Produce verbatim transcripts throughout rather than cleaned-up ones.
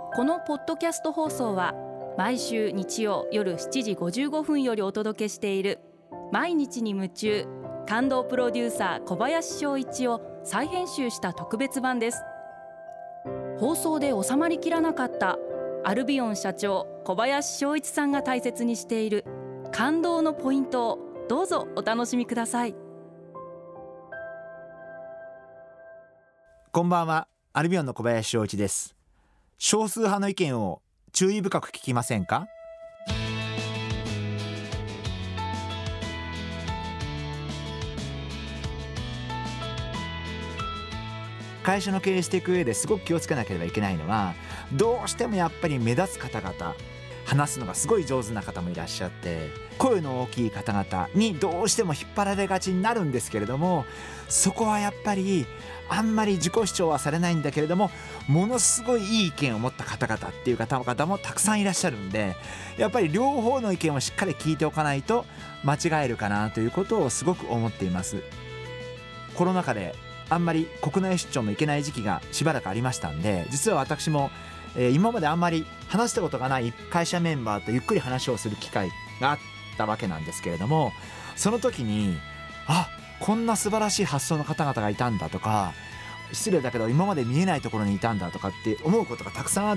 このポッドキャスト放送は毎週日曜夜しちじごじゅうごふんよりお届けしている毎日に夢中感動プロデューサー小林翔一を再編集した特別版です。放送で収まりきらなかったアルビオン社長小林翔一さんが大切にしている感動のポイントをどうぞお楽しみください。 こんばんは、アルビオンの小林翔一です。少数派の意見を注意深く聞きませんか？会社の経営していく上ですごく気をつけなければいけないのは、どうしてもやっぱり目立つ方々、話すのがすごい上手な方もいらっしゃって、声の大きい方々にどうしても引っ張られがちになるんですけれども、そこはやっぱりあんまり自己主張はされないんだけれども、ものすごいいい意見を持った方々っていう方々もたくさんいらっしゃるんで、やっぱり両方の意見をしっかり聞いておかないと間違えるかなということをすごく思っています。コロナ禍であんまり国内出張も行けない時期がしばらくありましたんで、実は私も、えー、今まであんまり話したことがない会社メンバーとゆっくり話をする機会があったわけなんですけれども、その時にあこんな素晴らしい発想の方々がいたんだとか、失礼だけど今まで見えないところにいたんだとかって思うことがたくさんあって、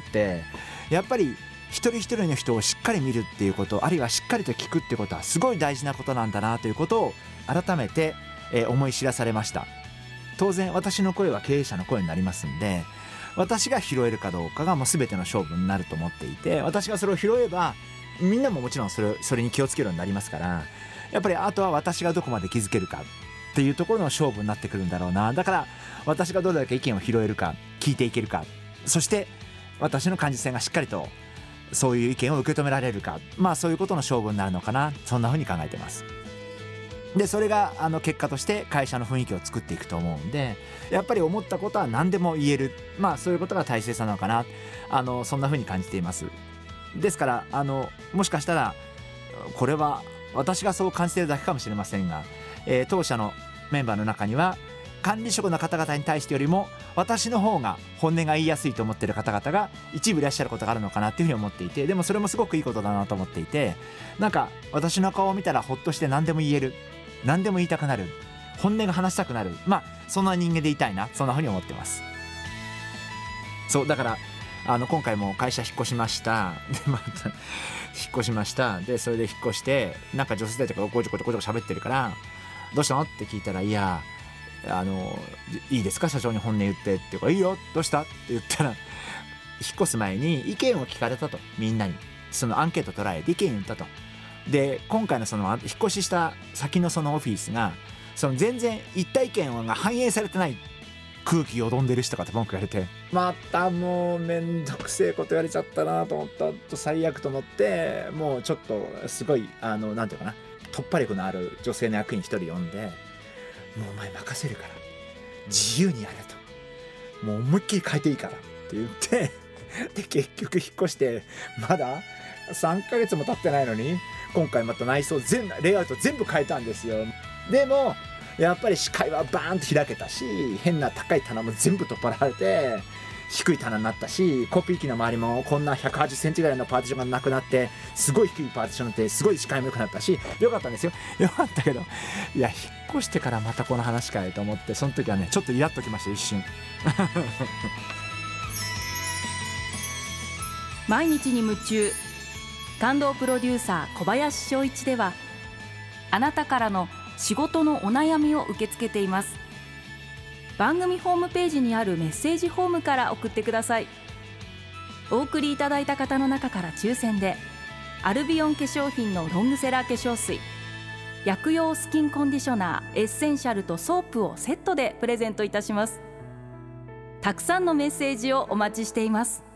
やっぱり一人一人の人をしっかり見るっていうこと、あるいはしっかりと聞くっていうことはすごい大事なことなんだなということを改めて、えー、思い知らされました。当然私の声は経営者の声になりますんで、私が拾えるかどうかがもう全ての勝負になると思っていて、私がそれを拾えばみんなももちろんそれ、それに気をつけるようになりますから、やっぱりあとは私がどこまで気づけるかっていうところの勝負になってくるんだろうな。だから私がどれだけ意見を拾えるか、聞いていけるか、そして私の感受性がしっかりとそういう意見を受け止められるか、まあそういうことの勝負になるのかな、そんな風に考えてます。でそれがあの結果として会社の雰囲気を作っていくと思うんで、やっぱり思ったことは何でも言える、まあそういうことが大切なのかな、あのそんな風に感じています。ですからあのもしかしたらこれは私がそう感じているだけかもしれませんが、えー、当社のメンバーの中には管理職の方々に対してよりも私の方が本音が言いやすいと思っている方々が一部いらっしゃることがあるのかなっていうふうに思っていて、でもそれもすごくいいことだなと思っていて、なんか私の顔を見たらほっとして何でも言える、何でも言いたくなる、本音が話したくなる、まあそんな人間でいたいな、そんなふうに思ってます。そうだからあの今回も会社引っ越しましたでまた引っ越しましたでそれで引っ越して、なんか女性たちがごちょごちょごちょ喋ってるから、どうしたのって聞いたら、いやあのいいですか社長に本音言ってっていうか、いいよどうしたって言ったら、引っ越す前に意見を聞かれたと、みんなにそのアンケート取られて意見言ったと。で今回のその引っ越しした先のそのオフィスがその全然一体意見が反映されてない、空気よどんでるしとかって文句言われて、またもうめんどくせえこと言われちゃったなと思ったと、最悪と思って、もうちょっとすごいあのなんていうかな、突破力のある女性の役員一人呼んで、もうお前任せるから自由にやれと、もう思いっきり変えていいからって言ってで結局引っ越してまださんかげつも経ってないのに、今回また内装全レイアウト全部変えたんですよ。でもやっぱり視界はバーンと開けたし、変な高い棚も全部取っ払われて低い棚になったし、コピー機の周りもこんなひゃくはちじゅっセンチぐらいのパーティションがなくなって、すごい低いパーティションになって、すごい視界も良くなったし、良かったんですよ。良かったけど、いや引っ越してからまたこの話かいと思って、その時はねちょっとイラっときました、一瞬毎日に夢中感動プロデューサー小林翔一では、あなたからの仕事のお悩みを受け付けています。番組ホームページにあるメッセージフォームから送ってください。お送りいただいた方の中から抽選でアルビオン化粧品のロングセラー化粧水、薬用スキンコンディショナーエッセンシャルとソープをセットでプレゼントいたします。たくさんのメッセージをお待ちしています。